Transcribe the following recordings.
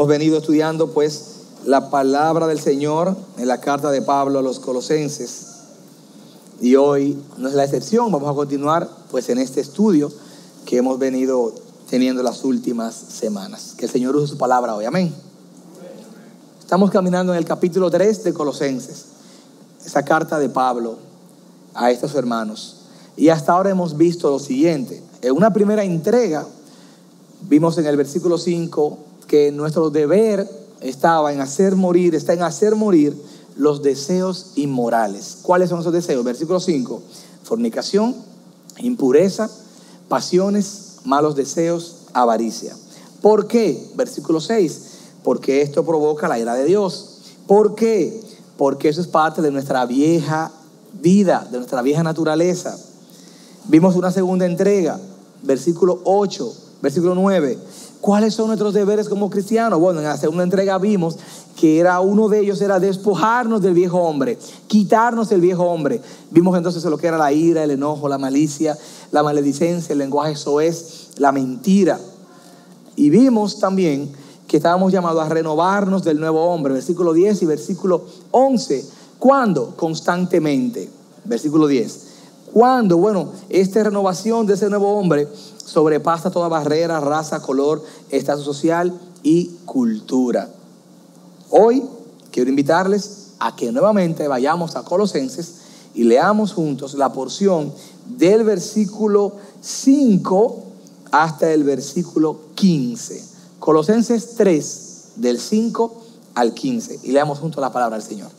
Hemos venido estudiando pues la palabra del Señor en la carta de Pablo a los Colosenses. Y hoy no es la excepción. Vamos a continuar pues en este estudio que hemos venido teniendo las últimas semanas. Que el Señor use su palabra hoy. Amén. Estamos caminando en el capítulo 3 de Colosenses. Esa carta de Pablo a estos hermanos. Y hasta ahora hemos visto lo siguiente. En una primera entrega vimos en el versículo 5 que nuestro deber está en hacer morir los deseos inmorales. ¿Cuáles son esos deseos? Versículo 5, fornicación, impureza, pasiones, malos deseos, avaricia. ¿Por qué? Versículo 6, porque esto provoca la ira de Dios. ¿Por qué? Porque eso es parte de nuestra vieja vida, de nuestra vieja naturaleza. Vimos una segunda entrega, versículo 8, versículo 9. ¿Cuáles son nuestros deberes como cristianos? Bueno, en la segunda entrega vimos que uno de ellos era despojarnos del viejo hombre, quitarnos el viejo hombre. Vimos entonces lo que era la ira, el enojo, la malicia, la maledicencia, el lenguaje soez, la mentira. Y vimos también que estábamos llamados a renovarnos del nuevo hombre, versículo 10 y versículo 11. ¿Cuándo? Constantemente. Versículo 10. ¿Cuándo? Bueno, esta renovación de ese nuevo hombre sobrepasa toda barrera, raza, color, estatus social y cultura. Hoy quiero invitarles a que nuevamente vayamos a Colosenses y leamos juntos la porción del versículo 5 hasta el versículo 15. Colosenses 3, del 5 al 15. Y leamos juntos la palabra del Señor.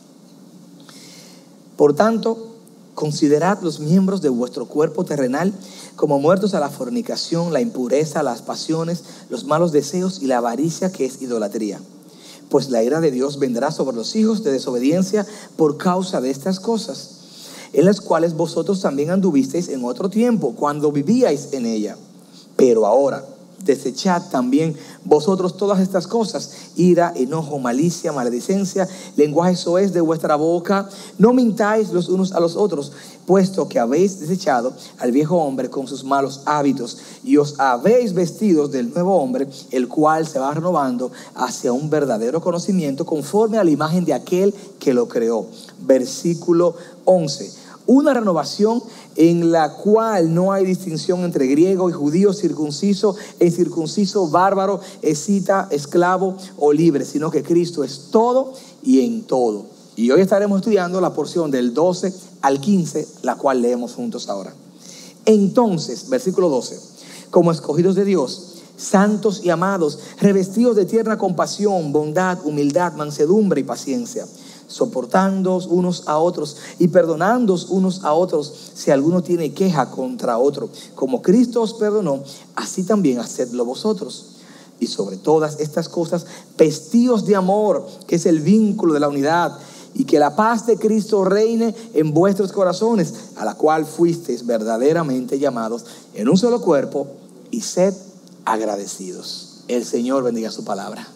Por tanto, considerad los miembros de vuestro cuerpo terrenal como muertos a la fornicación, la impureza, las pasiones, los malos deseos y la avaricia, que es idolatría. Pues la ira de Dios vendrá sobre los hijos de desobediencia por causa de estas cosas, en las cuales vosotros también anduvisteis en otro tiempo, cuando vivíais en ella. Pero ahora desechad también vosotros todas estas cosas: ira, enojo, malicia, maledicencia, lenguaje soez de vuestra boca. No mintáis los unos a los otros, puesto que habéis desechado al viejo hombre con sus malos hábitos, y os habéis vestidos del nuevo hombre, el cual se va renovando hacia un verdadero conocimiento conforme a la imagen de aquel que lo creó. Versículo 11. Una renovación en la cual no hay distinción entre griego y judío, circunciso e incircunciso, bárbaro, escita, esclavo o libre, sino que Cristo es todo y en todo. Y hoy estaremos estudiando la porción del 12 al 15, la cual leemos juntos ahora. Entonces, versículo 12, como escogidos de Dios, santos y amados, revestidos de tierna compasión, bondad, humildad, mansedumbre y paciencia, soportándoos unos a otros y perdonándoos unos a otros si alguno tiene queja contra otro. Como Cristo os perdonó, así también hacedlo vosotros. Y sobre todas estas cosas, vestíos de amor, que es el vínculo de la unidad, y que la paz de Cristo reine en vuestros corazones, a la cual fuisteis verdaderamente llamados en un solo cuerpo, y sed agradecidos. El Señor bendiga su palabra.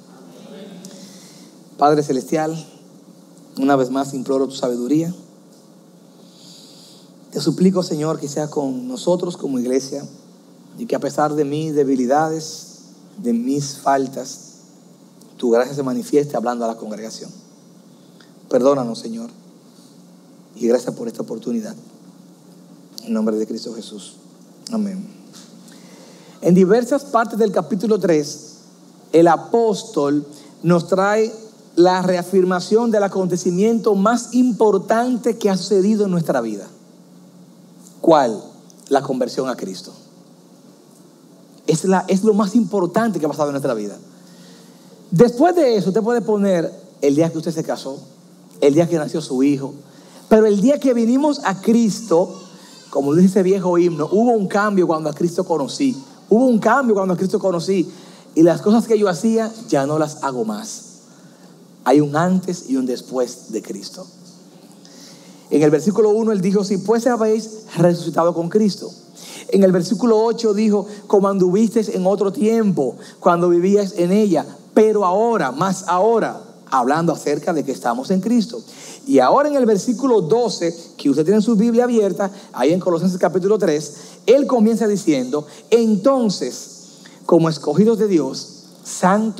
Padre celestial, una vez más imploro tu sabiduría. Te suplico, Señor, que sea con nosotros como iglesia, y que a pesar de mis debilidades, de mis faltas, tu gracia se manifieste hablando a la congregación. Perdónanos, Señor, y gracias por esta oportunidad. En nombre de Cristo Jesús. Amén. En diversas partes del capítulo 3, el apóstol nos trae la reafirmación del acontecimiento más importante que ha sucedido en nuestra vida. ¿Cuál? La conversión a Cristo. Es lo más importante que ha pasado en nuestra vida. Después de eso, usted puede poner el día que usted se casó, el día que nació su hijo, pero el día que vinimos a Cristo, como dice ese viejo himno, hubo un cambio cuando a Cristo conocí. Hubo un cambio cuando a Cristo conocí, y las cosas que yo hacía ya no las hago más. Hay un antes y un después de Cristo. En el versículo 1 él dijo: si pues habéis resucitado con Cristo. En el versículo 8 dijo: como anduvisteis en otro tiempo, cuando vivíais en ella, pero ahora, más ahora, hablando acerca de que estamos en Cristo. Y ahora en el versículo 12, que usted tiene su Biblia abierta, ahí en Colosenses capítulo 3, él comienza diciendo: entonces, como escogidos de Dios, santos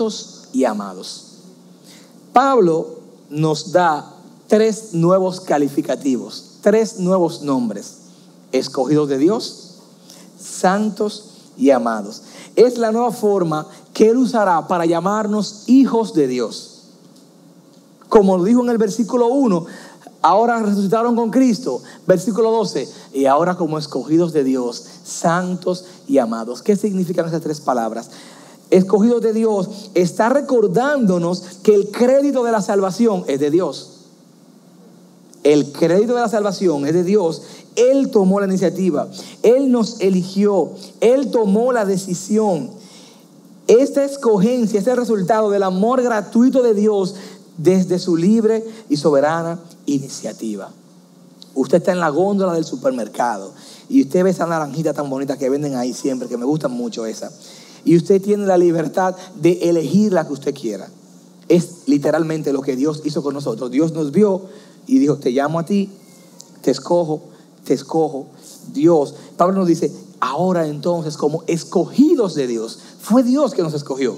y amados. Pablo nos da 3 nuevos calificativos, 3 nuevos nombres: escogidos de Dios, santos y amados. Es la nueva forma que Él usará para llamarnos hijos de Dios. Como lo dijo en el versículo 1, ahora resucitaron con Cristo. Versículo 12, y ahora como escogidos de Dios, santos y amados. ¿Qué significan esas 3 palabras? Escogidos de Dios está recordándonos que el crédito de la salvación es de Dios. El crédito de la salvación es de Dios. Él tomó la iniciativa, Él nos eligió, Él tomó la decisión. Esta escogencia es el resultado del amor gratuito de Dios desde su libre y soberana iniciativa. Usted está en la góndola del supermercado y usted ve esa naranjita tan bonita que venden ahí siempre, que me gusta mucho esa, y usted tiene la libertad de elegir la que usted quiera. Es literalmente lo que Dios hizo con nosotros. Dios nos vio y dijo: te llamo a ti, te escojo. Dios, Pablo nos dice: ahora entonces, como escogidos de Dios, fue Dios que nos escogió.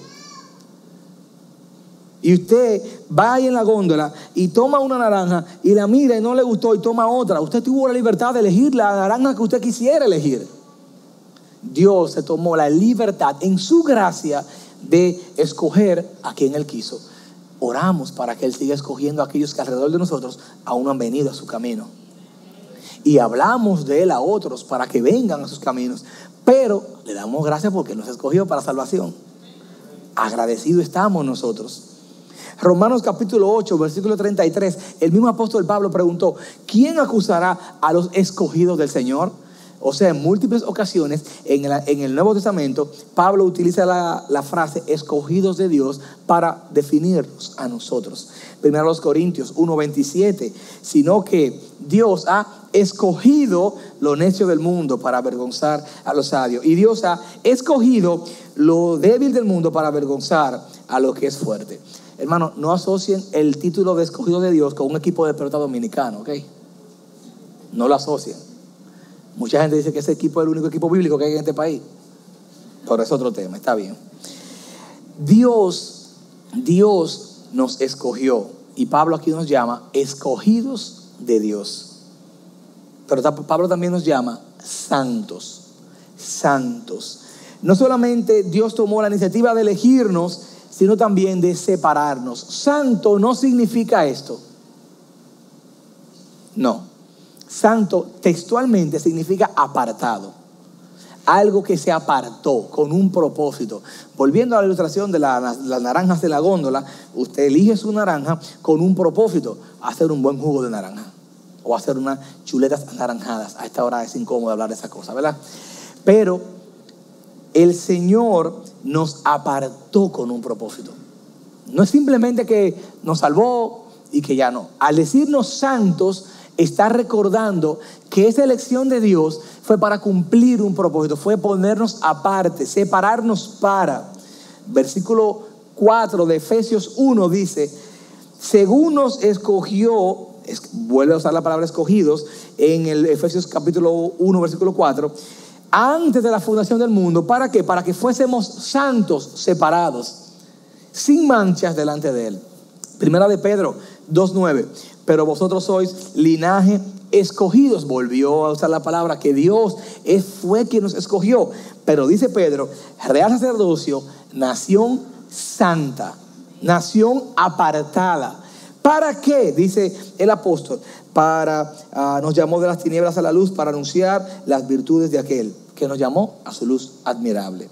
Y usted va ahí en la góndola y toma una naranja y la mira y no le gustó y toma otra. Usted tuvo la libertad de elegir la naranja que usted quisiera elegir. Dios se tomó la libertad en su gracia de escoger a quien Él quiso. Oramos para que Él siga escogiendo a aquellos que alrededor de nosotros aún no han venido a su camino. Y hablamos de Él a otros para que vengan a sus caminos. Pero le damos gracias porque nos escogió para salvación. Agradecidos estamos nosotros. Romanos capítulo 8, versículo 33. El mismo apóstol Pablo preguntó: ¿quién acusará a los escogidos del Señor? O sea, en múltiples ocasiones en el Nuevo Testamento, Pablo utiliza la frase escogidos de Dios para definirnos a nosotros. Primero los Corintios 1:27, sino que Dios ha escogido lo necio del mundo para avergonzar a los sabios. Y Dios ha escogido lo débil del mundo para avergonzar a lo que es fuerte. Hermano, no asocien el título de escogido de Dios con un equipo de pelota dominicano, ¿ok? No lo asocien. Mucha gente dice que ese equipo es el único equipo bíblico que hay en este país. Pero es otro tema, está bien. Dios nos escogió. Y Pablo aquí nos llama escogidos de Dios. Pero Pablo también nos llama santos. Santos. No solamente Dios tomó la iniciativa de elegirnos, sino también de separarnos. Santo no significa esto. No. Santo textualmente significa apartado. Algo que se apartó con un propósito. Volviendo a la ilustración de las naranjas de la góndola, usted elige su naranja con un propósito: hacer un buen jugo de naranja o hacer unas chuletas anaranjadas. A esta hora es incómodo hablar de esa cosa, ¿verdad? Pero el Señor nos apartó con un propósito. No es simplemente que nos salvó y que ya no. Al decirnos santos, está recordando que esa elección de Dios fue para cumplir un propósito, fue ponernos aparte, separarnos para. Versículo 4 de Efesios 1 dice: según nos escogió, vuelve a usar la palabra escogidos en el Efesios capítulo 1 versículo 4, antes de la fundación del mundo. ¿Para qué? Para que fuésemos santos, separados, sin manchas delante de Él. Primera de Pedro 2:9. Pero vosotros sois linaje escogidos. Volvió a usar la palabra que Dios fue quien nos escogió. Pero dice Pedro: real sacerdocio, nación santa, nación apartada. ¿Para qué? Dice el apóstol: nos llamó de las tinieblas a la luz para anunciar las virtudes de aquel que nos llamó a su luz admirable.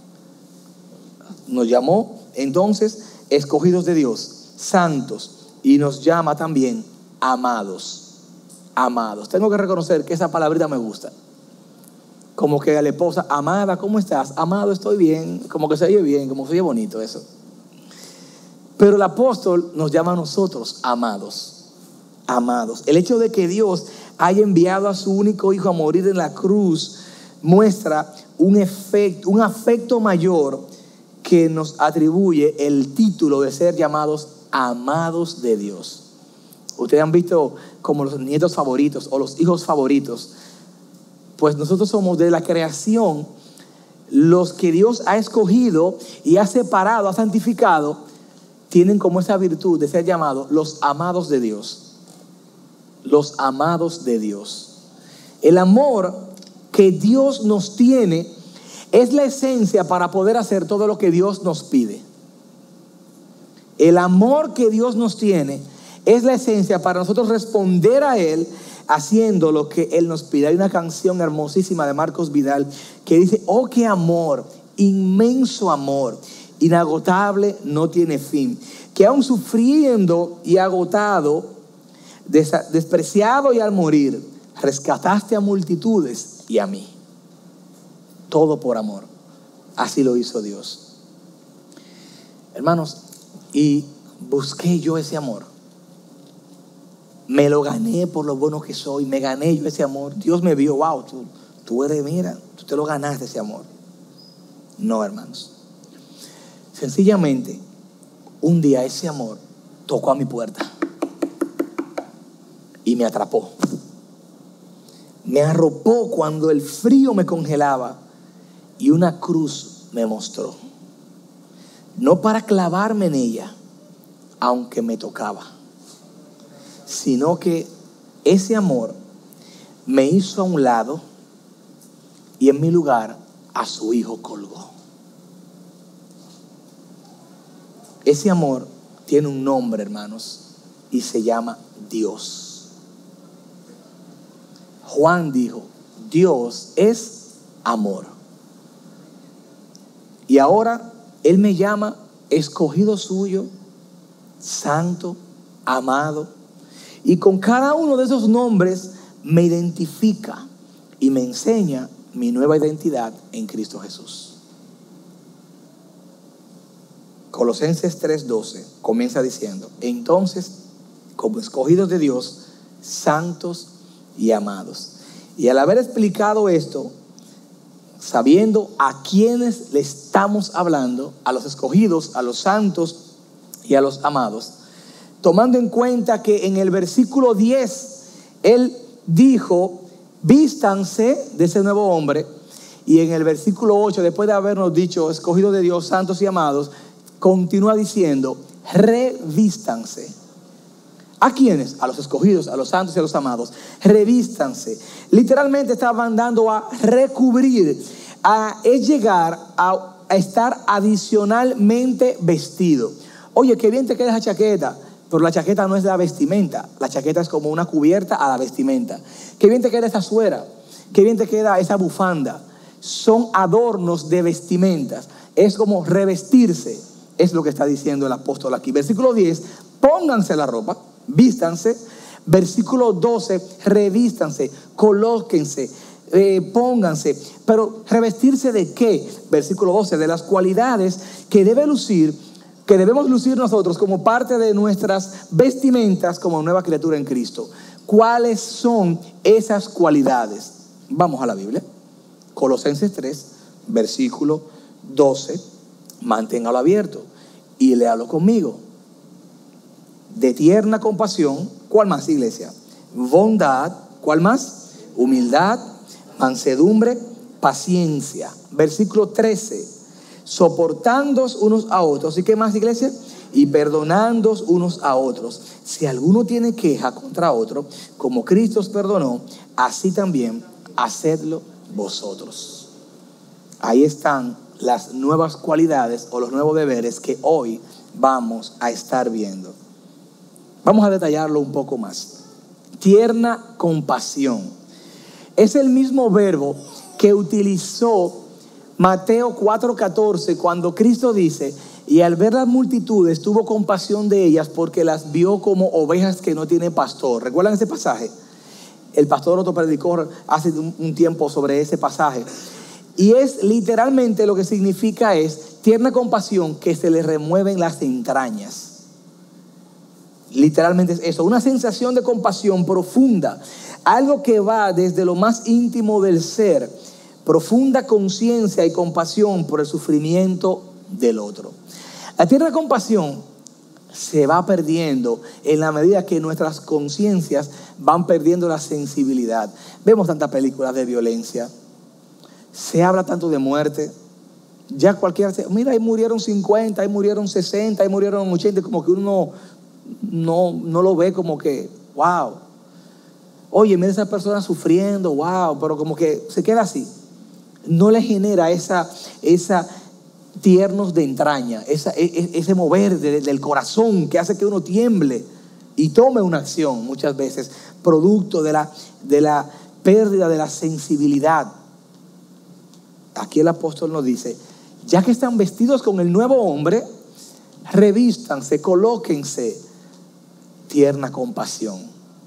Nos llamó entonces escogidos de Dios, santos. Y nos llama también amados. Amados. Tengo que reconocer que esa palabrita me gusta. Como que a la esposa: amada, ¿cómo estás? Amado, estoy bien. Como que se oye bien, como se oye bonito eso. Pero el apóstol nos llama a nosotros amados. Amados. El hecho de que Dios haya enviado a su único hijo a morir en la cruz muestra un afecto mayor que nos atribuye el título de ser llamados amados de Dios. Ustedes han visto como los nietos favoritos o los hijos favoritos. Pues nosotros somos de la creación los que Dios ha escogido y ha separado, ha santificado tienen como esa virtud de ser llamados los amados de Dios. Los amados de Dios. El amor que Dios nos tiene es la esencia para poder hacer todo lo que Dios nos pide. El amor que Dios nos tiene es la esencia para nosotros responder a Él haciendo lo que Él nos pide. Hay una canción hermosísima de Marcos Vidal que dice: oh, qué amor, inmenso amor, inagotable, no tiene fin, que aun sufriendo y agotado, despreciado y al morir, rescataste a multitudes y a mí. Todo por amor. Así lo hizo Dios. Hermanos, y busqué yo ese amor. Me lo gané por lo bueno que soy. Me gané yo ese amor. Dios me vio: wow, tú eres, mira, tú te lo ganaste ese amor. No, hermanos. Sencillamente, un día ese amor tocó a mi puerta y me atrapó. Me arropó cuando el frío me congelaba y una cruz me mostró. No para clavarme en ella, aunque me tocaba, sino que ese amor me hizo a un lado y en mi lugar a su hijo colgó. Ese amor tiene un nombre, hermanos, y se llama Dios. Juan dijo: Dios es amor. Y ahora Él me llama escogido suyo, santo, amado. Y con cada uno de esos nombres me identifica y me enseña mi nueva identidad en Cristo Jesús. Colosenses 3:12 comienza diciendo: entonces, como escogidos de Dios, santos y amados. Y al haber explicado esto, sabiendo a quienes le estamos hablando, a los escogidos, a los santos y a los amados, tomando en cuenta que en el versículo 10 Él dijo: vístanse de ese nuevo hombre, y en el versículo 8, después de habernos dicho escogidos de Dios, santos y amados, continúa diciendo: revístanse. ¿A quiénes? A los escogidos, a los santos y a los amados. Revístanse. Literalmente está mandando a recubrir, es llegar a estar adicionalmente vestido. Oye, qué bien te queda esa chaqueta, pero la chaqueta no es la vestimenta. La chaqueta es como una cubierta a la vestimenta. Qué bien te queda esa suera, qué bien te queda esa bufanda. Son adornos de vestimentas. Es como revestirse. Es lo que está diciendo el apóstol aquí. Versículo 10, pónganse la ropa, vístanse. Versículo 12, revístanse, colóquense, pónganse. Pero ¿revestirse de qué? Versículo 12, de las cualidades que debemos lucir nosotros como parte de nuestras vestimentas como nueva criatura en Cristo. ¿Cuáles son esas cualidades? Vamos a la Biblia. Colosenses 3, versículo 12. Manténgalo abierto y léalo conmigo. De tierna compasión. ¿Cuál más, iglesia? Bondad. ¿Cuál más? Humildad, mansedumbre, paciencia. Versículo 13. Soportándoos unos a otros. ¿Y qué más, iglesia? Y perdonándoos unos a otros. Si alguno tiene queja contra otro, como Cristo os perdonó, así también hacedlo vosotros. Ahí están las nuevas cualidades o los nuevos deberes que hoy vamos a estar viendo. Vamos a detallarlo un poco más. Tierna compasión. Es el mismo verbo que utilizó Mateo 4:14 cuando Cristo dice: y al ver las multitudes tuvo compasión de ellas porque las vio como ovejas que no tienen pastor. ¿Recuerdan ese pasaje? El pastor Otto predicó hace un tiempo sobre ese pasaje. Y es literalmente lo que significa es tierna compasión que se le remueven las entrañas. Literalmente es eso, una sensación de compasión profunda, algo que va desde lo más íntimo del ser, profunda conciencia y compasión por el sufrimiento del otro. La tierna compasión se va perdiendo en la medida que nuestras conciencias van perdiendo la sensibilidad. Vemos tantas películas de violencia, se habla tanto de muerte, Ya cualquiera, mira, ahí murieron 50, ahí murieron 60, ahí murieron 80, como que uno no lo ve como que, wow. Oye, mira esa persona sufriendo, wow, pero como que se queda así. No le genera esa tiernos de entraña, ese mover del corazón que hace que uno tiemble y tome una acción, muchas veces producto de la pérdida de la sensibilidad. Aquí el apóstol nos dice: ya que están vestidos con el nuevo hombre, revístanse, colóquense tierna compasión.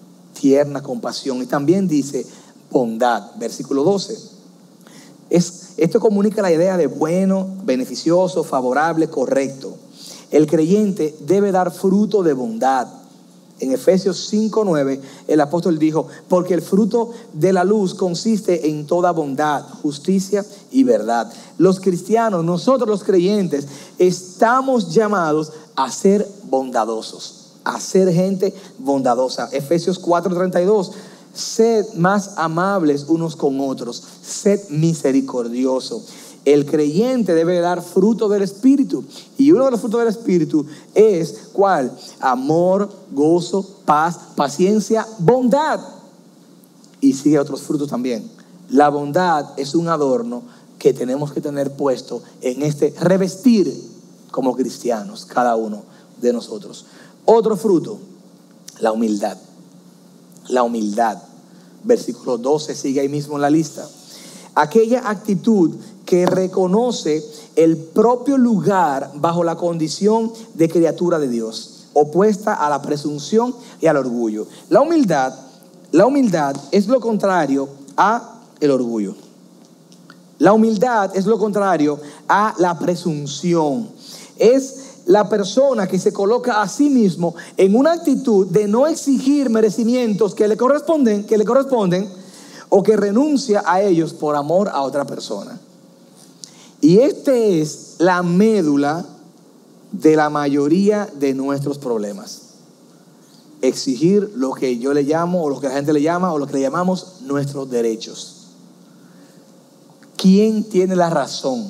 Y también dice bondad, versículo 12. Esto comunica la idea de bueno, beneficioso, favorable, correcto. El creyente debe dar fruto de bondad. En Efesios 5:9 el apóstol dijo: porque el fruto de la luz consiste en toda bondad, justicia y verdad. Los cristianos, nosotros los creyentes, estamos llamados a ser bondadosos, a ser gente bondadosa. Efesios 4:32: sed más amables unos con otros, sed misericordioso. El creyente debe dar fruto del Espíritu. Y uno de los frutos del Espíritu es, ¿cuál? Amor, gozo, paz, paciencia, bondad. Y sigue otros frutos también. La bondad es un adorno que tenemos que tener puesto en este revestir como cristianos, cada uno de nosotros. Otro fruto, la humildad. La humildad. Versículo 12 sigue ahí mismo en la lista. Aquella actitud que reconoce el propio lugar bajo la condición de criatura de Dios, opuesta a la presunción y al orgullo. La humildad es lo contrario a el orgullo. La humildad es lo contrario a la presunción. Es la persona que se coloca a sí mismo en una actitud de no exigir merecimientos que le corresponden o que renuncia a ellos por amor a otra persona. Y este es la médula de la mayoría de nuestros problemas. Exigir lo que yo le llamo, o lo que la gente le llama, o lo que le llamamos nuestros derechos. ¿Quién tiene la razón?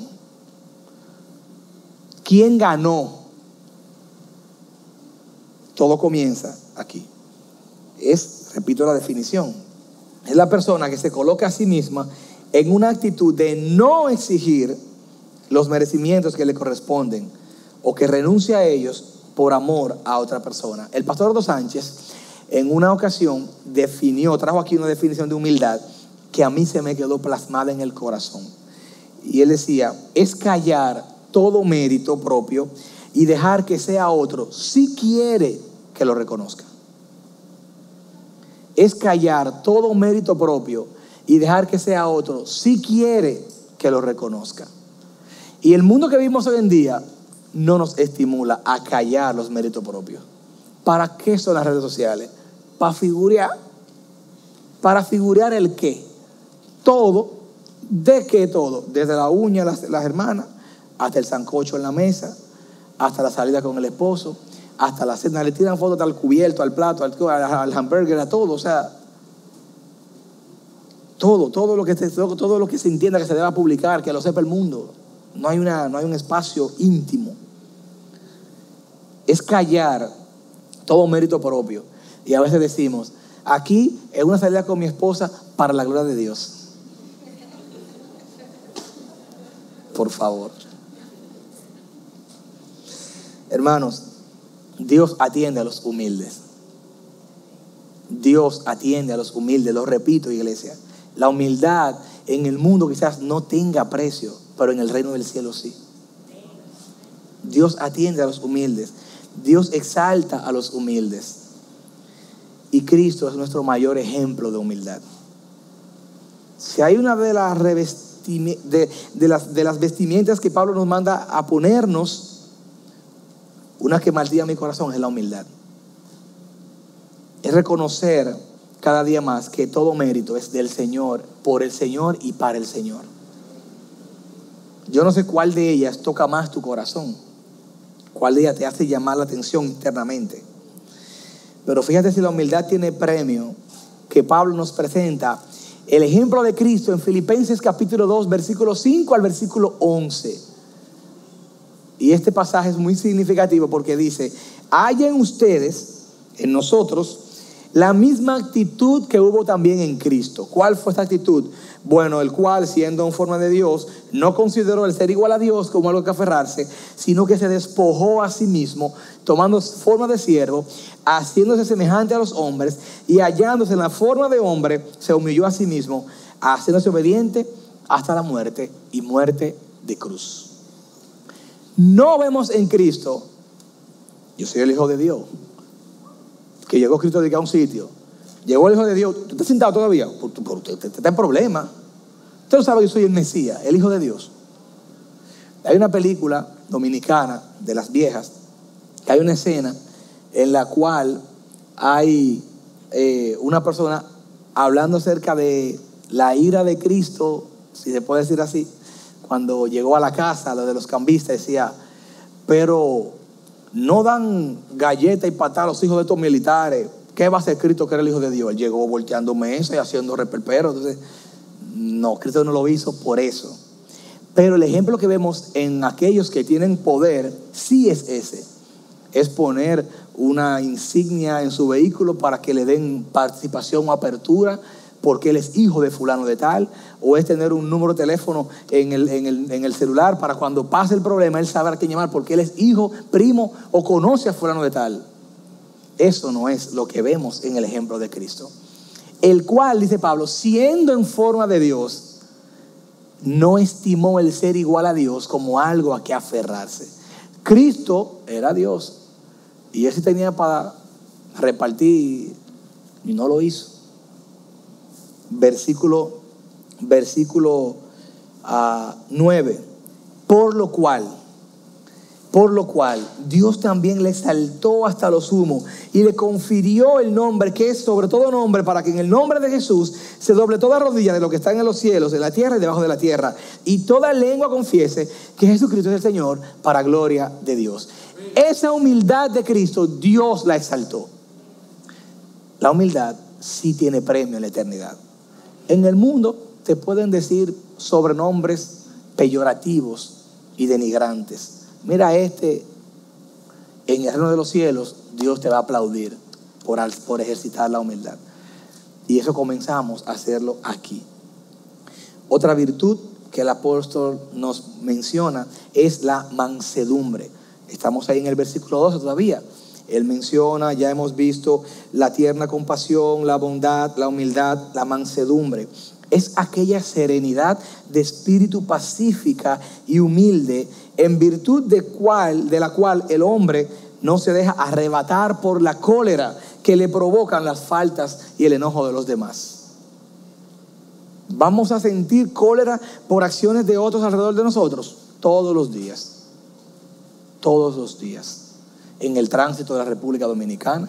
¿Quién ganó? Todo comienza aquí. Repito la definición, es la persona que se coloca a sí misma en una actitud de no exigir los merecimientos que le corresponden o que renuncia a ellos por amor a otra persona. El pastor Ordo Sánchez en una ocasión trajo aquí una definición de humildad que a mí se me quedó plasmada en el corazón. Y él decía: es callar todo mérito propio y dejar que sea otro si quiere que lo reconozca. Es callar todo mérito propio y dejar que sea otro si quiere que lo reconozca. Y el mundo que vivimos hoy en día no nos estimula a callar los méritos propios. ¿Para qué son las redes sociales? Para figurear. ¿Para figurear el qué? Todo. ¿De qué todo? Desde la uña las hermanas, hasta el sancocho en la mesa, hasta la salida con el esposo, hasta la cena. Le tiran fotos al cubierto, al plato, al hamburger, a todo. O sea, todo lo que se entienda que se deba publicar, que lo sepa el mundo. No hay un espacio íntimo. Es callar todo mérito propio. Y a veces decimos: aquí es una salida con mi esposa para la gloria de Dios. Por favor. Hermanos, Dios atiende a los humildes. Dios atiende a los humildes. Lo repito, iglesia. La humildad en el mundo quizás no tenga precio, pero en el reino del cielo sí. Dios atiende a los humildes. Dios exalta a los humildes. Y Cristo es nuestro mayor ejemplo de humildad. Si hay una de las vestimentas que Pablo nos manda a ponernos, una que martilla mi corazón, es la humildad. Es reconocer cada día más que todo mérito es del Señor, por el Señor y para el Señor. Yo no sé cuál de ellas toca más tu corazón, cuál de ellas te hace llamar la atención internamente. Pero fíjate si la humildad tiene premio, que Pablo nos presenta el ejemplo de Cristo en Filipenses capítulo 2, versículo 5 al versículo 11. Y este pasaje es muy significativo porque dice: hayan ustedes en nosotros la misma actitud que hubo también en Cristo. ¿Cuál fue esta actitud? Bueno, el cual, siendo en forma de Dios, no consideró el ser igual a Dios como algo que aferrarse, sino que se despojó a sí mismo, tomando forma de siervo, haciéndose semejante a los hombres, y hallándose en la forma de hombre, se humilló a sí mismo, haciéndose obediente hasta la muerte, y muerte de cruz. No vemos en Cristo: yo soy el Hijo de Dios. Que llegó Cristo a un sitio, llegó el Hijo de Dios. ¿Tú estás sentado todavía? Usted está en problema. Usted no sabe que yo soy el Mesías, el Hijo de Dios. Hay una película dominicana de las viejas, que hay una escena en la cual hay una persona hablando acerca de la ira de Cristo, si se puede decir así. Cuando llegó a la casa, lo de los cambistas, decía: pero no dan galleta y patada a los hijos de estos militares. ¿Qué va a hacer Cristo, que era el Hijo de Dios? Él llegó volteando mesas y haciendo reperpero. Entonces, no, Cristo no lo hizo por eso. Pero el ejemplo que vemos en aquellos que tienen poder sí es ese: es poner una insignia en su vehículo para que le den participación o apertura porque él es hijo de fulano de tal, o es tener un número de teléfono en el celular para cuando pase el problema él saber a quién llamar porque él es hijo, primo o conoce a fulano de tal. Eso no es lo que vemos en el ejemplo de Cristo, el cual, dice Pablo, siendo en forma de Dios, no estimó el ser igual a Dios como algo a que aferrarse. Cristo era Dios y él sí tenía para repartir y no lo hizo. Versículo 9. Por lo cual Dios también le exaltó hasta lo sumo y le confirió el nombre que es sobre todo nombre, para que en el nombre de Jesús se doble toda rodilla de lo que está en los cielos, en la tierra y debajo de la tierra, y toda lengua confiese que Jesucristo es el Señor, para gloria de Dios. Esa humildad de Cristo, Dios la exaltó. La humildad sí tiene premio en la eternidad. En el mundo te pueden decir sobrenombres peyorativos y denigrantes. Mira, en el reino de los cielos Dios te va a aplaudir por ejercitar la humildad. Y eso comenzamos a hacerlo aquí. Otra virtud que el apóstol nos menciona es la mansedumbre. Estamos ahí en el versículo 12 todavía. Él menciona, ya hemos visto, la tierna compasión, la bondad, la humildad, la mansedumbre. Es aquella serenidad de espíritu pacífica y humilde, en virtud de la cual el hombre no se deja arrebatar por la cólera que le provocan las faltas y el enojo de los demás. Vamos a sentir cólera por acciones de otros alrededor de nosotros todos los días. Todos los días. En el tránsito de la República Dominicana,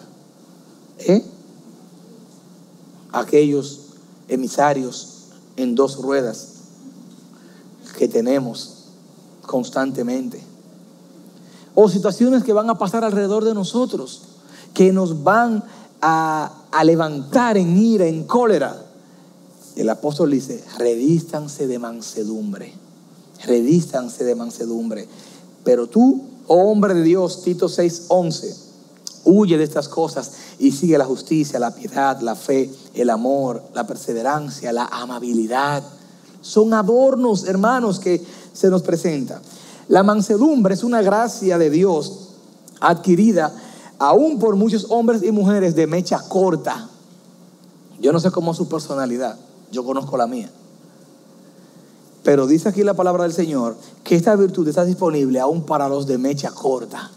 aquellos emisarios en dos ruedas que tenemos constantemente, o situaciones que van a pasar alrededor de nosotros, que nos van a levantar en ira, en cólera. El apóstol dice: revístanse de mansedumbre, revístanse de mansedumbre. Pero tú, oh hombre de Dios, Tito 6:11, huye de estas cosas y sigue la justicia, la piedad, la fe, el amor, la perseverancia, la amabilidad. Son adornos, hermanos, que se nos presentan. La mansedumbre es una gracia de Dios adquirida aún por muchos hombres y mujeres de mecha corta. Yo no sé cómo es su personalidad, yo conozco la mía. Pero dice aquí la palabra del Señor que esta virtud está disponible aún para los de mecha corta.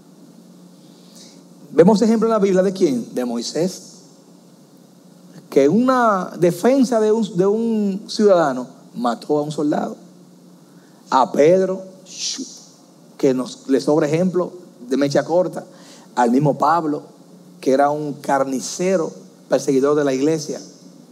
Vemos ejemplo en la Biblia de ¿quién? De Moisés, que en una defensa de un ciudadano mató a un soldado. A Pedro, que le sobra ejemplo de mecha corta. Al mismo Pablo, que era un carnicero, perseguidor de la iglesia.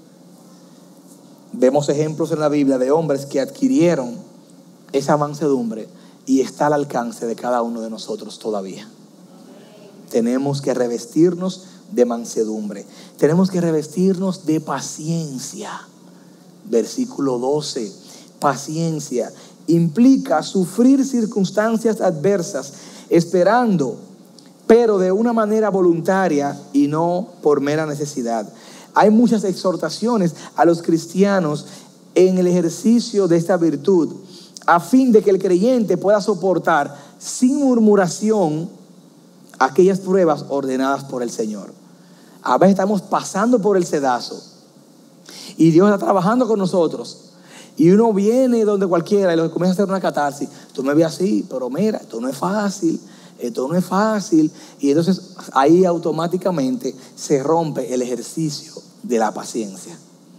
Vemos ejemplos en la Biblia de hombres que adquirieron esa mansedumbre y está al alcance de cada uno de nosotros todavía. Tenemos que revestirnos de mansedumbre. Tenemos que revestirnos de paciencia. Versículo 12. Paciencia. implica sufrir circunstancias adversas, esperando, pero de una manera voluntaria y no por mera necesidad. Hay muchas exhortaciones a los cristianos en el ejercicio de esta virtud, a fin de que el creyente pueda soportar sin murmuración aquellas pruebas ordenadas por el Señor. A veces estamos pasando por el sedazo y Dios está trabajando con nosotros. Y uno viene donde cualquiera y lo comienza a hacer una catarsis. Tú me ves así, pero mira, esto no es fácil. Esto no es fácil. Y entonces ahí automáticamente se rompe el ejercicio de la paciencia.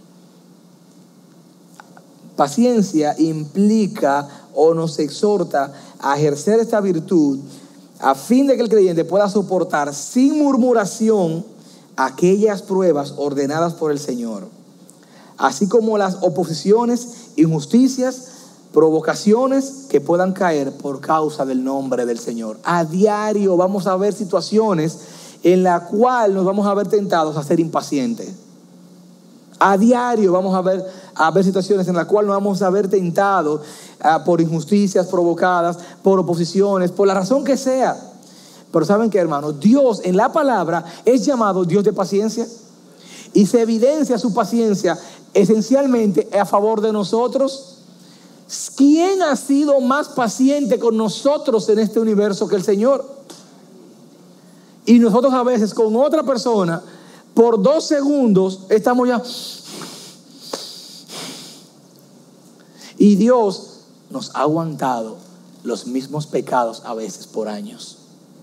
Paciencia implica o nos exhorta a ejercer esta virtud a fin de que el creyente pueda soportar sin murmuración aquellas pruebas ordenadas por el Señor, así como las oposiciones, injusticias, provocaciones que puedan caer por causa del nombre del Señor. A diario vamos a ver situaciones en las cuales nos vamos a ver tentados a ser impacientes. A diario vamos a ver situaciones en las cuales nos vamos a ver tentados por injusticias provocadas, por oposiciones, por la razón que sea. Pero ¿saben qué, hermanos? Dios en la palabra es llamado Dios de paciencia. Y se evidencia su paciencia esencialmente a favor de nosotros. ¿Quién ha sido más paciente con nosotros en este universo que el Señor? Y nosotros a veces con otra persona, por 2 segundos, estamos ya. Y Dios nos ha aguantado los mismos pecados a veces por años.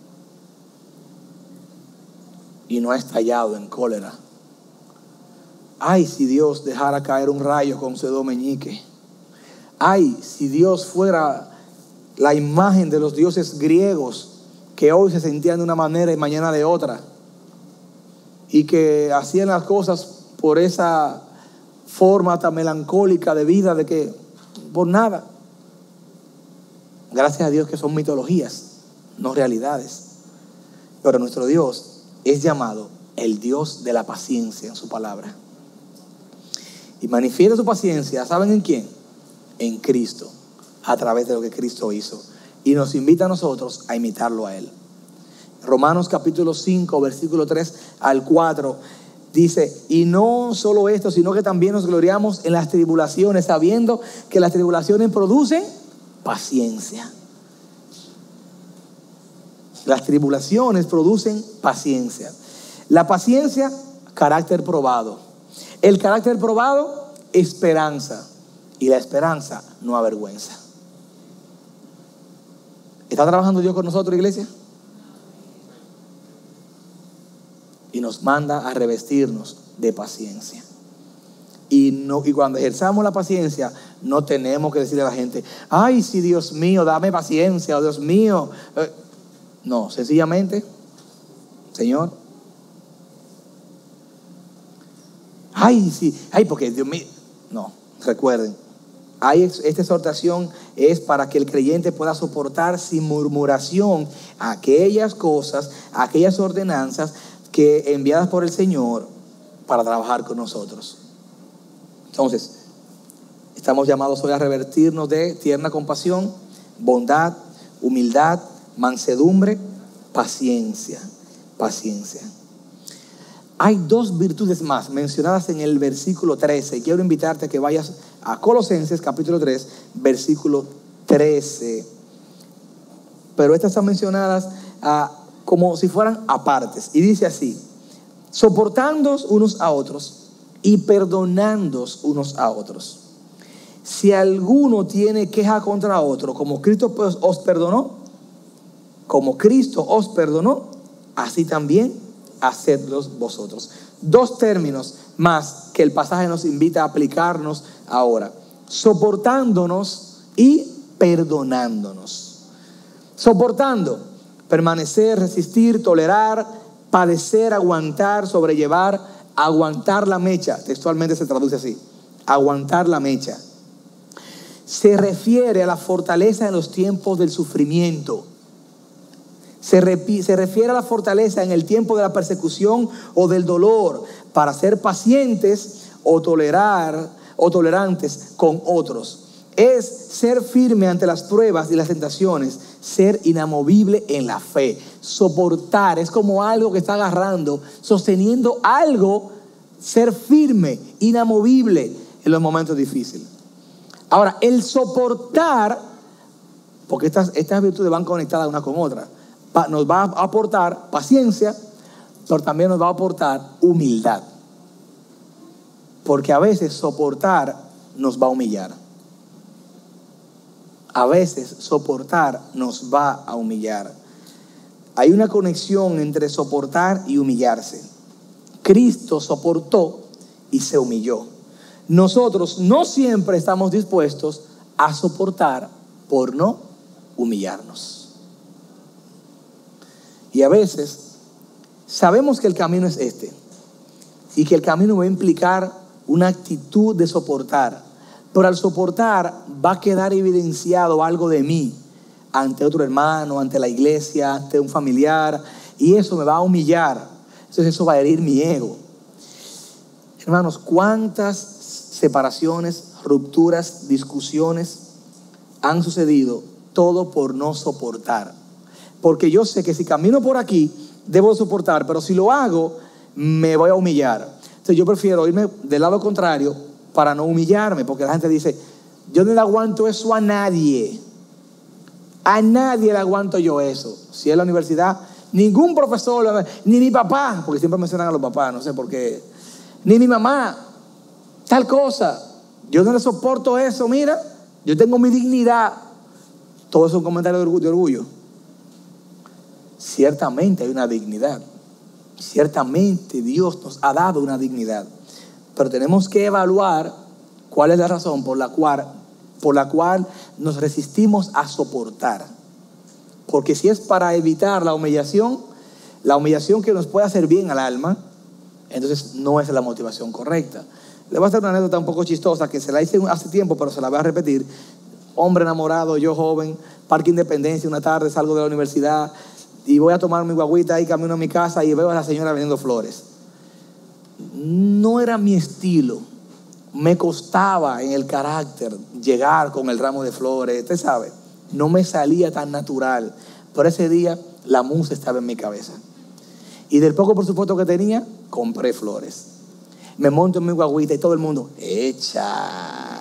Y no ha estallado en cólera. Ay, si Dios dejara caer un rayo con Sedó Meñique. Ay, si Dios fuera la imagen de los dioses griegos que hoy se sentían de una manera y mañana de otra, y que hacían las cosas por esa forma tan melancólica de vida, de que por nada. Gracias a Dios que son mitologías, no realidades. Pero nuestro Dios es llamado el Dios de la paciencia en su palabra. Y manifiesta su paciencia, ¿saben en quién? En Cristo, a través de lo que Cristo hizo. Y nos invita a nosotros a imitarlo a Él. Romanos capítulo 5, versículo 3 al 4, dice: y no solo esto, sino que también nos gloriamos en las tribulaciones, sabiendo que las tribulaciones producen paciencia. Las tribulaciones producen paciencia. La paciencia, carácter probado. El carácter probado, esperanza. Y la esperanza no avergüenza. ¿Está trabajando Dios con nosotros, iglesia? Y nos manda a revestirnos de paciencia. Y cuando ejerzamos la paciencia, no tenemos que decirle a la gente: ay, sí, Dios mío, dame paciencia, o Dios mío. No, sencillamente, Señor, ay, sí, ay, porque Dios mío. No, recuerden, esta exhortación es para que el creyente pueda soportar sin murmuración aquellas cosas, aquellas ordenanzas que enviadas por el Señor para trabajar con nosotros. Entonces, estamos llamados hoy a revertirnos de tierna compasión, bondad, humildad, mansedumbre, paciencia. Hay 2 virtudes más mencionadas en el versículo 13. Y quiero invitarte a que vayas a Colosenses capítulo 3, versículo 13. Pero estas están mencionadas como si fueran apartes. Y dice así: soportándoos unos a otros y perdonándoos unos a otros. Si alguno tiene queja contra otro, como Cristo os perdonó, así también hacedlos vosotros. 2 términos más que el pasaje nos invita a aplicarnos ahora: soportándonos y perdonándonos. Soportando, permanecer, resistir, tolerar, padecer, aguantar, sobrellevar, aguantar la mecha. Textualmente se traduce así: aguantar la mecha. Se refiere a la fortaleza en los tiempos del sufrimiento. Se refiere a la fortaleza en el tiempo de la persecución o del dolor, para ser pacientes o tolerantes con otros. es ser firme ante las pruebas y las tentaciones, ser inamovible en la fe. Soportar es como algo que está agarrando, sosteniendo algo, ser firme, inamovible en los momentos difíciles. Ahora, el soportar, porque estas virtudes van conectadas una con otra, nos va a aportar paciencia, pero también nos va a aportar humildad. Porque a veces soportar nos va a humillar. A veces soportar nos va a humillar. Hay una conexión entre soportar y humillarse. Cristo soportó y se humilló. Nosotros no siempre estamos dispuestos a soportar por no humillarnos. Y a veces sabemos que el camino es este y que el camino va a implicar una actitud de soportar, pero al soportar va a quedar evidenciado algo de mí ante otro hermano, ante la iglesia, ante un familiar, y eso me va a humillar. Entonces eso va a herir mi ego. Hermanos, ¿cuántas separaciones, rupturas, discusiones han sucedido? Todo por no soportar. Porque yo sé que si camino por aquí debo soportar, pero si lo hago me voy a humillar. Entonces yo prefiero irme del lado contrario para no humillarme, porque la gente dice, yo no le aguanto eso a nadie. A nadie le aguanto yo eso. Si es la universidad, ningún profesor, ni mi papá, porque siempre mencionan a los papás, no sé por qué, ni mi mamá, tal cosa. Yo no le soporto eso, mira, yo tengo mi dignidad. Todo eso es un comentario de orgullo. Ciertamente hay una dignidad. Ciertamente Dios nos ha dado una dignidad. Pero tenemos que evaluar cuál es la razón por la cual nos resistimos a soportar. Porque si es para evitar la humillación que nos puede hacer bien al alma, entonces no es la motivación correcta. Le voy a hacer una anécdota un poco chistosa que se la hice hace tiempo, pero se la voy a repetir. Hombre enamorado, yo joven, Parque Independencia, una tarde salgo de la universidad y voy a tomar mi guagüita y camino a mi casa y veo a la señora vendiendo flores. No era mi estilo. Me costaba en el carácter llegar con el ramo de flores. Usted sabe, no me salía tan natural. Pero ese día la musa estaba en mi cabeza. Y del poco presupuesto que tenía, compré flores. Me monto en mi guagüita y todo el mundo, ¡echa!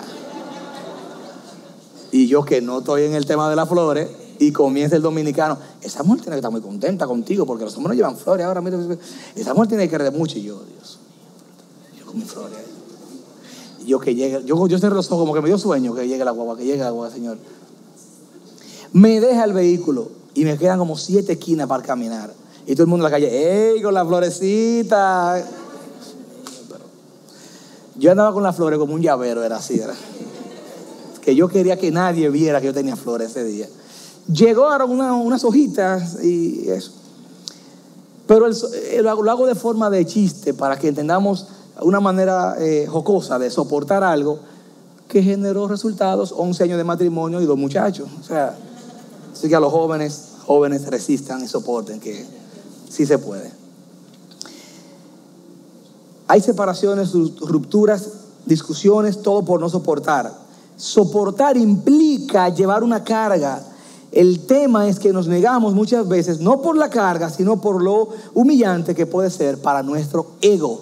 Y yo que no estoy en el tema de las flores, y comienza el dominicano, esa mujer tiene que estar muy contenta contigo, porque los hombres no llevan flores ahora, mira, esa mujer tiene que querer mucho. Y yo, Dios mío, yo con mis flores. Yo que llegue, yo cerré los ojos como que me dio sueño que llegue la guagua, Señor. Me deja el vehículo y me quedan como 7 esquinas para caminar. Y todo el mundo en la calle, ¡ey, con la florecita! Yo andaba con las flores como un llavero, era así, era. Que yo quería que nadie viera que yo tenía flores ese día. Llegaron unas hojitas y eso. Pero lo hago de forma de chiste para que entendamos una manera jocosa de soportar algo que generó resultados, 11 años de matrimonio y 2 muchachos. O sea, así que a los jóvenes resistan y soporten, que sí se puede. Hay separaciones, rupturas, discusiones, todo por no soportar. Soportar implica llevar una carga. El tema es que nos negamos muchas veces, no por la carga, sino por lo humillante que puede ser para nuestro ego.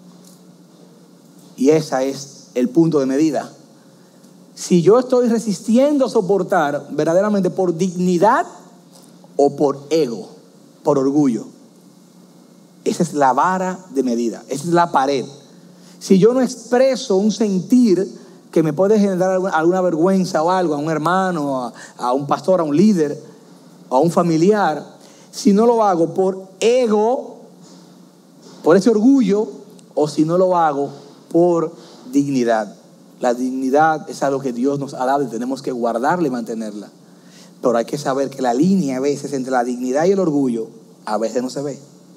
Y ese es el punto de medida. Si yo estoy resistiendo a soportar verdaderamente por dignidad o por ego, por orgullo. Esa es la vara de medida, esa es la pared. Si yo no expreso un sentir que me puede generar alguna vergüenza o algo, a un hermano, a un pastor, a un líder, a un familiar, si no lo hago por ego, por ese orgullo, o si no lo hago por dignidad. La dignidad es algo que Dios nos ha dado y tenemos que guardarla y mantenerla. Pero hay que saber que la línea a veces entre la dignidad y el orgullo a veces no se ve.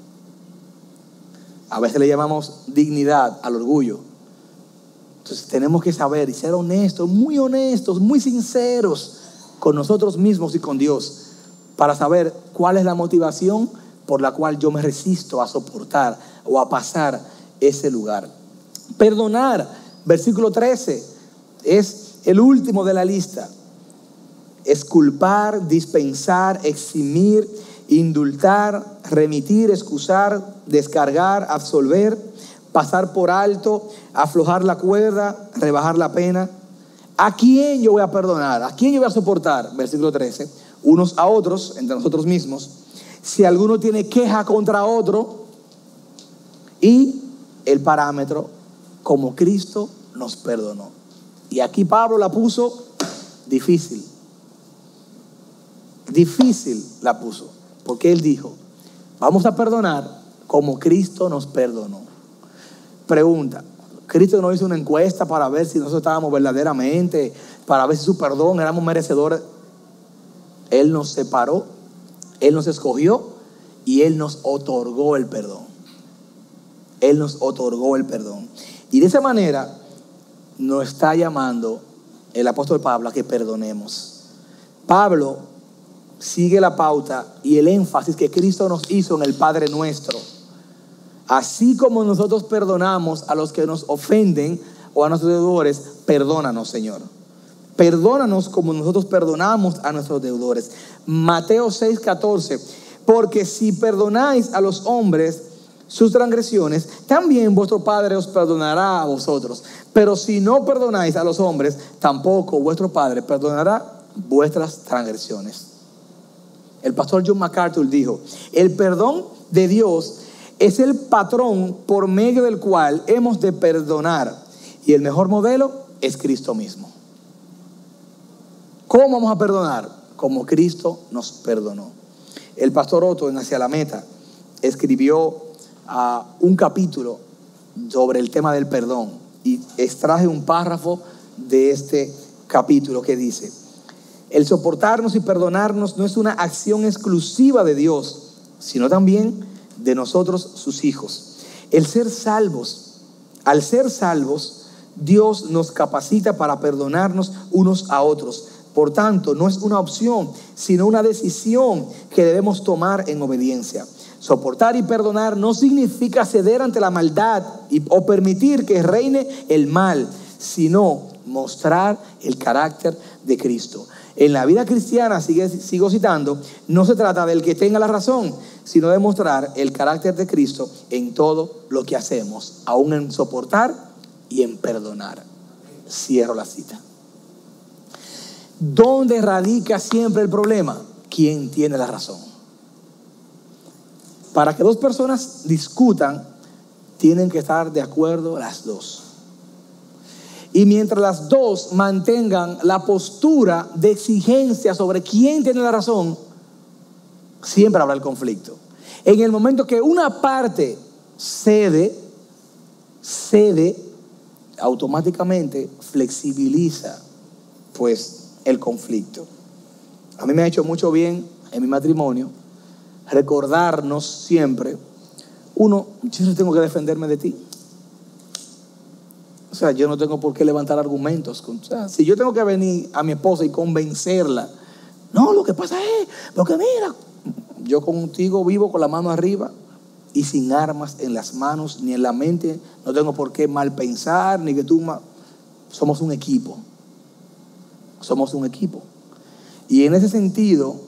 A veces le llamamos dignidad al orgullo. Entonces tenemos que saber y ser honestos, muy sinceros con nosotros mismos y con Dios, para saber cuál es la motivación por la cual yo me resisto a soportar o a pasar ese lugar. Perdonar, versículo 13. es el último de la lista. Exculpar, dispensar, eximir, indultar, remitir, excusar, descargar, absolver, pasar por alto, aflojar la cuerda, rebajar la pena. ¿A quién yo voy a perdonar? ¿A quién yo voy a soportar? Versículo 13. Unos a otros, entre nosotros mismos. Si alguno tiene queja contra otro. Y el parámetro, como Cristo nos perdonó. Y aquí Pablo la puso difícil. Difícil la puso. Porque él dijo, vamos a perdonar como Cristo nos perdonó. Pregunta, Cristo no hizo una encuesta para ver si nosotros estábamos verdaderamente, para ver si su perdón éramos merecedores. Él nos separó, Él nos escogió y Él nos otorgó el perdón. Él nos otorgó el perdón. Y de esa manera nos está llamando el apóstol Pablo a que perdonemos. Pablo sigue la pauta y el énfasis que Cristo nos hizo en el Padre Nuestro. Así como nosotros perdonamos a los que nos ofenden o a nuestros deudores, perdónanos, Señor. Perdónanos como nosotros perdonamos a nuestros deudores. Mateo 6:14. Porque si perdonáis a los hombres sus transgresiones, también vuestro Padre os perdonará a vosotros. Pero si no perdonáis a los hombres, tampoco vuestro Padre perdonará vuestras transgresiones. El pastor John MacArthur dijo, el perdón de Dios es el patrón por medio del cual hemos de perdonar. Y el mejor modelo es Cristo mismo. ¿Cómo vamos a perdonar? Como Cristo nos perdonó. El pastor Otto en Hacia la Meta escribió un capítulo sobre el tema del perdón y extraje un párrafo de este capítulo que dice: el soportarnos y perdonarnos no es una acción exclusiva de Dios, sino también de nosotros, sus hijos. Al ser salvos, Dios nos capacita para perdonarnos unos a otros. Por tanto, no es una opción, sino una decisión que debemos tomar en obediencia. Soportar y perdonar no significa ceder ante la maldad o permitir que reine el mal, sino mostrar el carácter de Cristo. En la vida cristiana, sigo citando, no se trata del que tenga la razón, sino de mostrar el carácter de Cristo en todo lo que hacemos, aún en soportar y en perdonar. Cierro la cita. ¿Dónde radica siempre el problema? ¿Quién tiene la razón? Para que dos personas discutan, tienen que estar de acuerdo las dos. Y mientras las dos mantengan la postura de exigencia sobre quién tiene la razón, siempre habrá el conflicto. En el momento que una parte cede, automáticamente flexibiliza pues el conflicto. A mí me ha hecho mucho bien en mi matrimonio recordarnos siempre, uno, yo no tengo que defenderme de ti. O sea, yo no tengo por qué levantar argumentos. O sea, si yo tengo que venir a mi esposa y convencerla, no, lo que pasa es, porque mira, yo contigo vivo con la mano arriba y sin armas en las manos ni en la mente, no tengo por qué mal pensar, ni que tú somos un equipo. Somos un equipo. Y en ese sentido,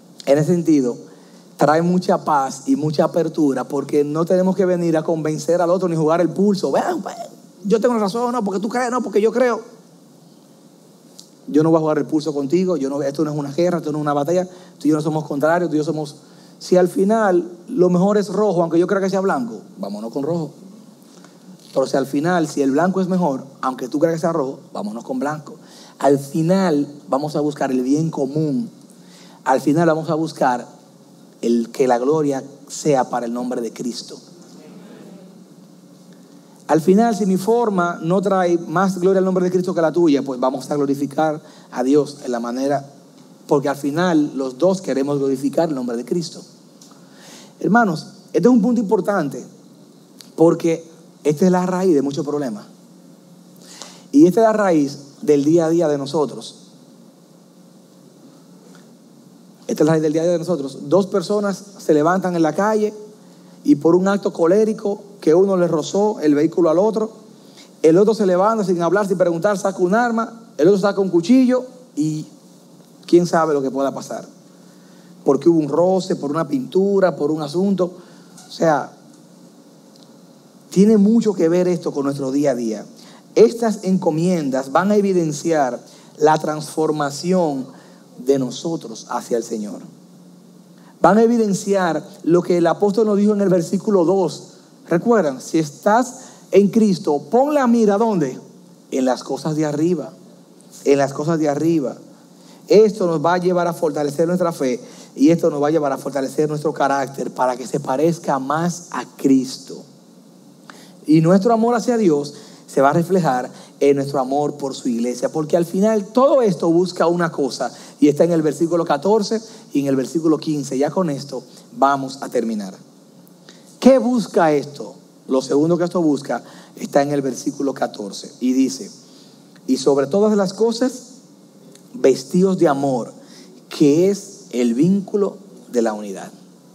trae mucha paz y mucha apertura, porque no tenemos que venir a convencer al otro ni jugar el pulso. Vean, yo tengo razón, no, porque tú crees, no, porque yo creo. Yo no voy a jugar el pulso contigo, esto no es una guerra, esto no es una batalla, tú y yo no somos contrarios, tú y yo somos... Si al final lo mejor es rojo, aunque yo crea que sea blanco, vámonos con rojo. Pero si al final, si el blanco es mejor, aunque tú creas que sea rojo, vámonos con blanco. Al final vamos a buscar el bien común. Al final vamos a buscar que la gloria sea para el nombre de Cristo. Al final, si mi forma no trae más gloria al nombre de Cristo que la tuya, pues vamos a glorificar a Dios en la manera, porque al final los dos queremos glorificar el nombre de Cristo. Hermanos, este es un punto importante, porque esta es la raíz de muchos problemas. Y esta es la raíz del día a día de nosotros. Esta es la raíz del día a día de nosotros. Dos personas se levantan en la calle y por un acto colérico que uno le rozó el vehículo al otro, el otro se levanta sin hablar, sin preguntar, saca un arma, el otro saca un cuchillo y quién sabe lo que pueda pasar. Porque hubo un roce, por una pintura, por un asunto. O sea, tiene mucho que ver esto con nuestro día a día. Estas encomiendas van a evidenciar la transformación de nosotros hacia el Señor. Van a evidenciar lo que el apóstol nos dijo en el versículo 2. Recuerdan, si estás en Cristo, pon la mira ¿dónde? En las cosas de arriba. En las cosas de arriba. Esto nos va a llevar a fortalecer nuestra fe y esto nos va a llevar a fortalecer nuestro carácter para que se parezca más a Cristo. Y nuestro amor hacia Dios se va a reflejar en nuestro amor por su iglesia, porque al final todo esto busca una cosa y está en el versículo 14 y en el versículo 15. Ya con esto vamos a terminar. ¿Qué busca esto? Lo segundo que esto busca está en el versículo 14 y dice: y sobre todas las cosas vestidos de amor, que es el vínculo de la unidad.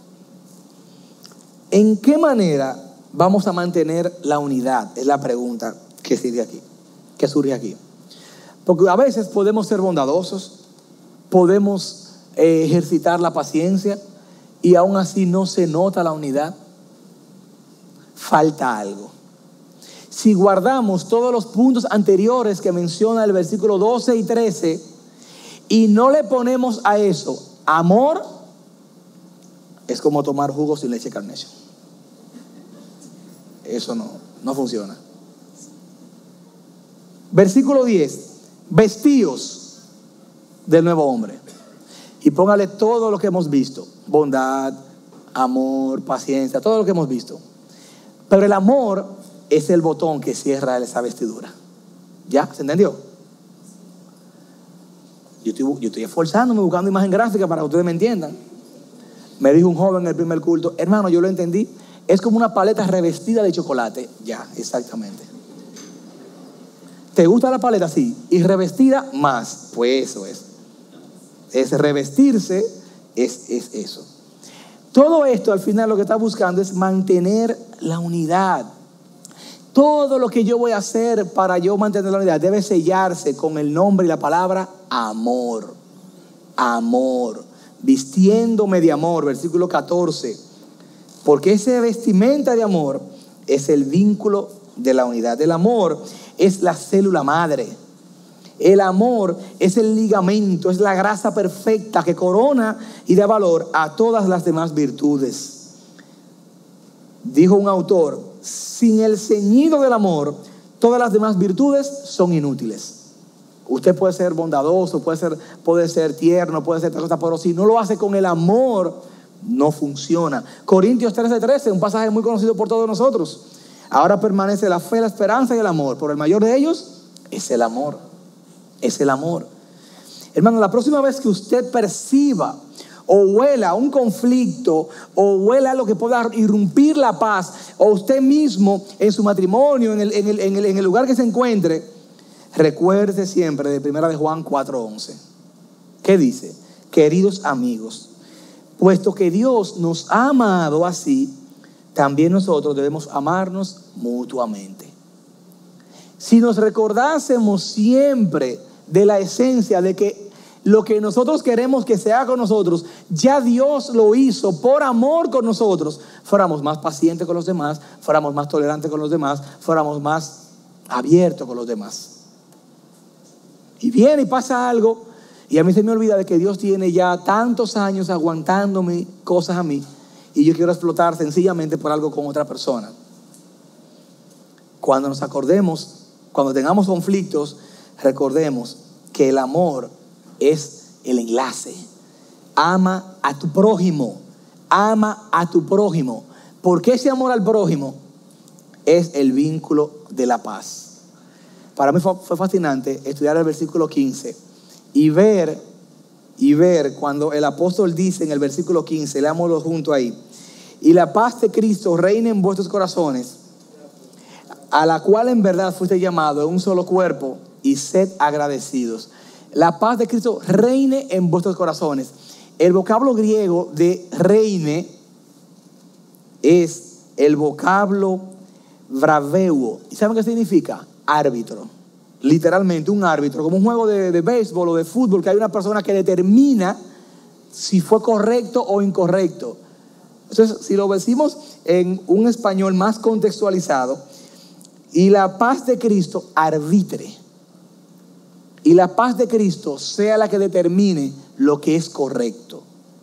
¿En qué manera vamos a mantener la unidad? Es la pregunta que surge aquí. Porque a veces podemos ser bondadosos, podemos ejercitar la paciencia y aún así no se nota la unidad. Falta algo. Si guardamos todos los puntos anteriores que menciona el versículo 12 y 13 y no le ponemos a eso amor, es como tomar jugo sin leche Carnation. Eso no funciona. Versículo 10: vestíos del nuevo hombre. Y póngale todo lo que hemos visto: bondad, amor, paciencia, todo lo que hemos visto. Pero el amor es el botón que cierra esa vestidura. ¿Ya? ¿Se entendió? Yo estoy esforzándome buscando imagen gráfica para que ustedes me entiendan. Me dijo un joven en el primer culto: hermano, yo lo entendí. Es como una paleta revestida de chocolate. Ya, exactamente. ¿Te gusta la paleta? Sí. ¿Y revestida? Más. Pues eso es. Es revestirse, es eso. Todo esto al final lo que está buscando es mantener la unidad. Todo lo que yo voy a hacer para yo mantener la unidad debe sellarse con el nombre y la palabra amor. Amor. Vistiéndome de amor. Versículo 14. Porque ese vestimenta de amor es el vínculo de la unidad. El amor es la célula madre. El amor es el ligamento, es la grasa perfecta que corona y da valor a todas las demás virtudes. Dijo un autor: sin el ceñido del amor, todas las demás virtudes son inútiles. Usted puede ser bondadoso, puede ser tierno, puede ser otra cosa, pero si no lo hace con el amor, no funciona. Corintios 13:13, un pasaje muy conocido por todos nosotros. Ahora permanece la fe, la esperanza y el amor, pero el mayor de ellos es el amor. Es el amor. Hermano, la próxima vez que usted perciba o huela un conflicto o huela lo que pueda irrumpir la paz, o usted mismo en su matrimonio, en el lugar que se encuentre, recuerde siempre de 1 de Juan 4:11. ¿Qué dice? Queridos amigos, puesto que Dios nos ha amado así, también nosotros debemos amarnos mutuamente. Si nos recordásemos siempre de la esencia de que lo que nosotros queremos que se haga con nosotros, ya Dios lo hizo por amor con nosotros, fuéramos más pacientes con los demás, fuéramos más tolerantes con los demás, fuéramos más abiertos con los demás. Y viene y pasa algo, y a mí se me olvida de que Dios tiene ya tantos años aguantándome cosas a mí, y yo quiero explotar sencillamente por algo con otra persona. Cuando nos acordemos, cuando tengamos conflictos, recordemos que el amor es el enlace. Ama a tu prójimo. Ama a tu prójimo. Porque ese amor al prójimo es el vínculo de la paz. Para mí fue fascinante estudiar el versículo 15 y ver cuando el apóstol dice en el versículo 15, leámoslo junto ahí: y la paz de Cristo reine en vuestros corazones, a la cual en verdad fuiste llamado en un solo cuerpo, y sed agradecidos. La paz de Cristo reine en vuestros corazones. El vocablo griego de reine es el vocablo braveuo. ¿Y saben qué significa? árbitro. Literalmente un árbitro, como un juego de béisbol o de fútbol, que hay una persona que determina si fue correcto o incorrecto. Entonces, si lo decimos en un español más contextualizado, y la paz de Cristo arbitre, y la paz de Cristo sea la que determine lo que es correcto.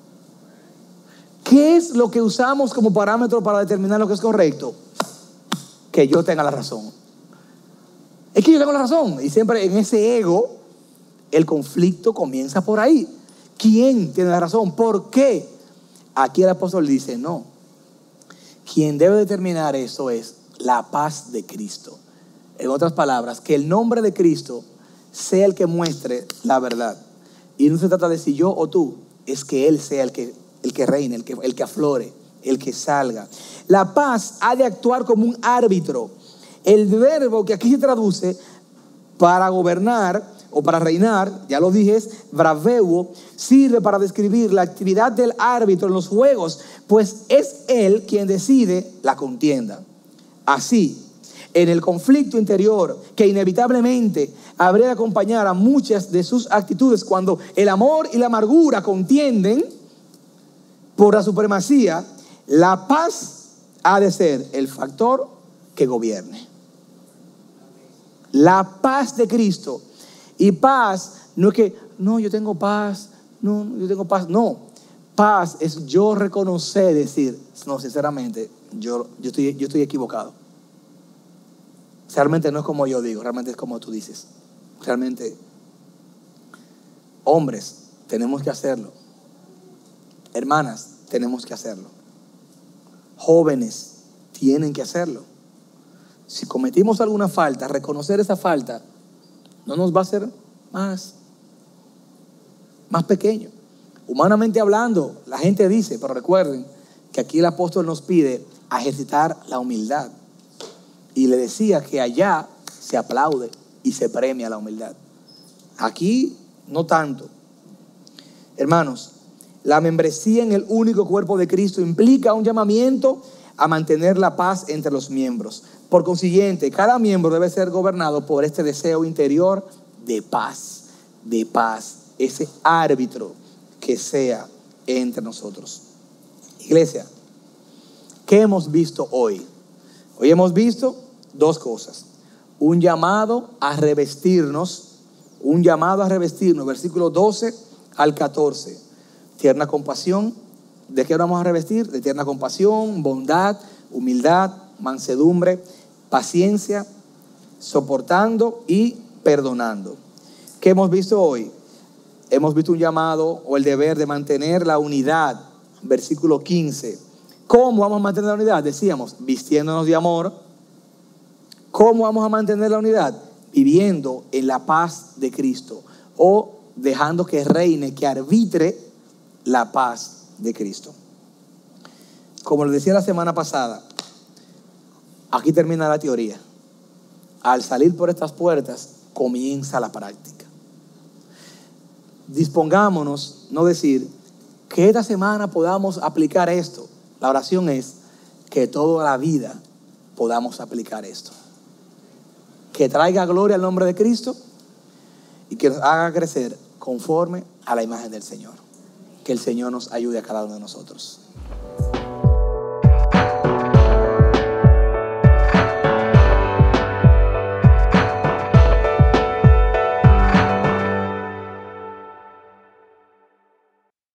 ¿Qué es lo que usamos como parámetro para determinar lo que es correcto? Que yo tenga la razón. Es que yo tengo la razón. Y siempre en ese ego, el conflicto comienza por ahí. ¿Quién tiene la razón? ¿Por qué? Aquí el apóstol dice, no. Quien debe determinar eso es la paz de Cristo. En otras palabras, que el nombre de Cristo sea el que muestre la verdad. Y no se trata de si yo o tú, es que Él sea el que reine, el que aflore, el que salga. La paz ha de actuar como un árbitro. El verbo que aquí se traduce para gobernar o para reinar, ya lo dije, es braveuo, sirve para describir la actividad del árbitro en los juegos, pues es él quien decide la contienda. Así, en el conflicto interior que inevitablemente habría de acompañar a muchas de sus actitudes cuando el amor y la amargura contienden por la supremacía, la paz ha de ser el factor que gobierne. La paz de Cristo. Y paz no es que, no, yo tengo paz, no, yo tengo paz. No, paz es yo reconocer, decir, no, sinceramente, yo estoy equivocado. Realmente no es como yo digo, realmente es como tú dices. Realmente, hombres, tenemos que hacerlo. Hermanas, tenemos que hacerlo. Jóvenes, tienen que hacerlo. Si cometimos alguna falta, reconocer esa falta no nos va a hacer más pequeño. Humanamente hablando, la gente dice, pero recuerden que aquí el apóstol nos pide a ejercitar la humildad. Y le decía que allá se aplaude y se premia la humildad. Aquí no tanto. Hermanos, la membresía en el único cuerpo de Cristo implica un llamamiento a mantener la paz entre los miembros. Por consiguiente, cada miembro debe ser gobernado por este deseo interior de paz, ese árbitro que sea entre nosotros. Iglesia, ¿qué hemos visto hoy? Hoy hemos visto dos cosas. Un llamado a revestirnos, versículo 12 al 14. Tierna compasión. ¿De qué vamos a revestir? De tierna compasión, bondad, humildad, mansedumbre, paciencia, soportando y perdonando. ¿Qué hemos visto hoy? Hemos visto un llamado o el deber de mantener la unidad. Versículo 15. ¿Cómo vamos a mantener la unidad? Decíamos, vistiéndonos de amor. ¿Cómo vamos a mantener la unidad? Viviendo en la paz de Cristo o dejando que reine, que arbitre la paz de Cristo. Como les decía la semana pasada, aquí termina la teoría. Al salir por estas puertas comienza la práctica. Dispongámonos, no decir que esta semana podamos aplicar esto. La oración es que toda la vida podamos aplicar esto. Que traiga gloria al nombre de Cristo y que nos haga crecer conforme a la imagen del Señor. Que el Señor nos ayude a cada uno de nosotros.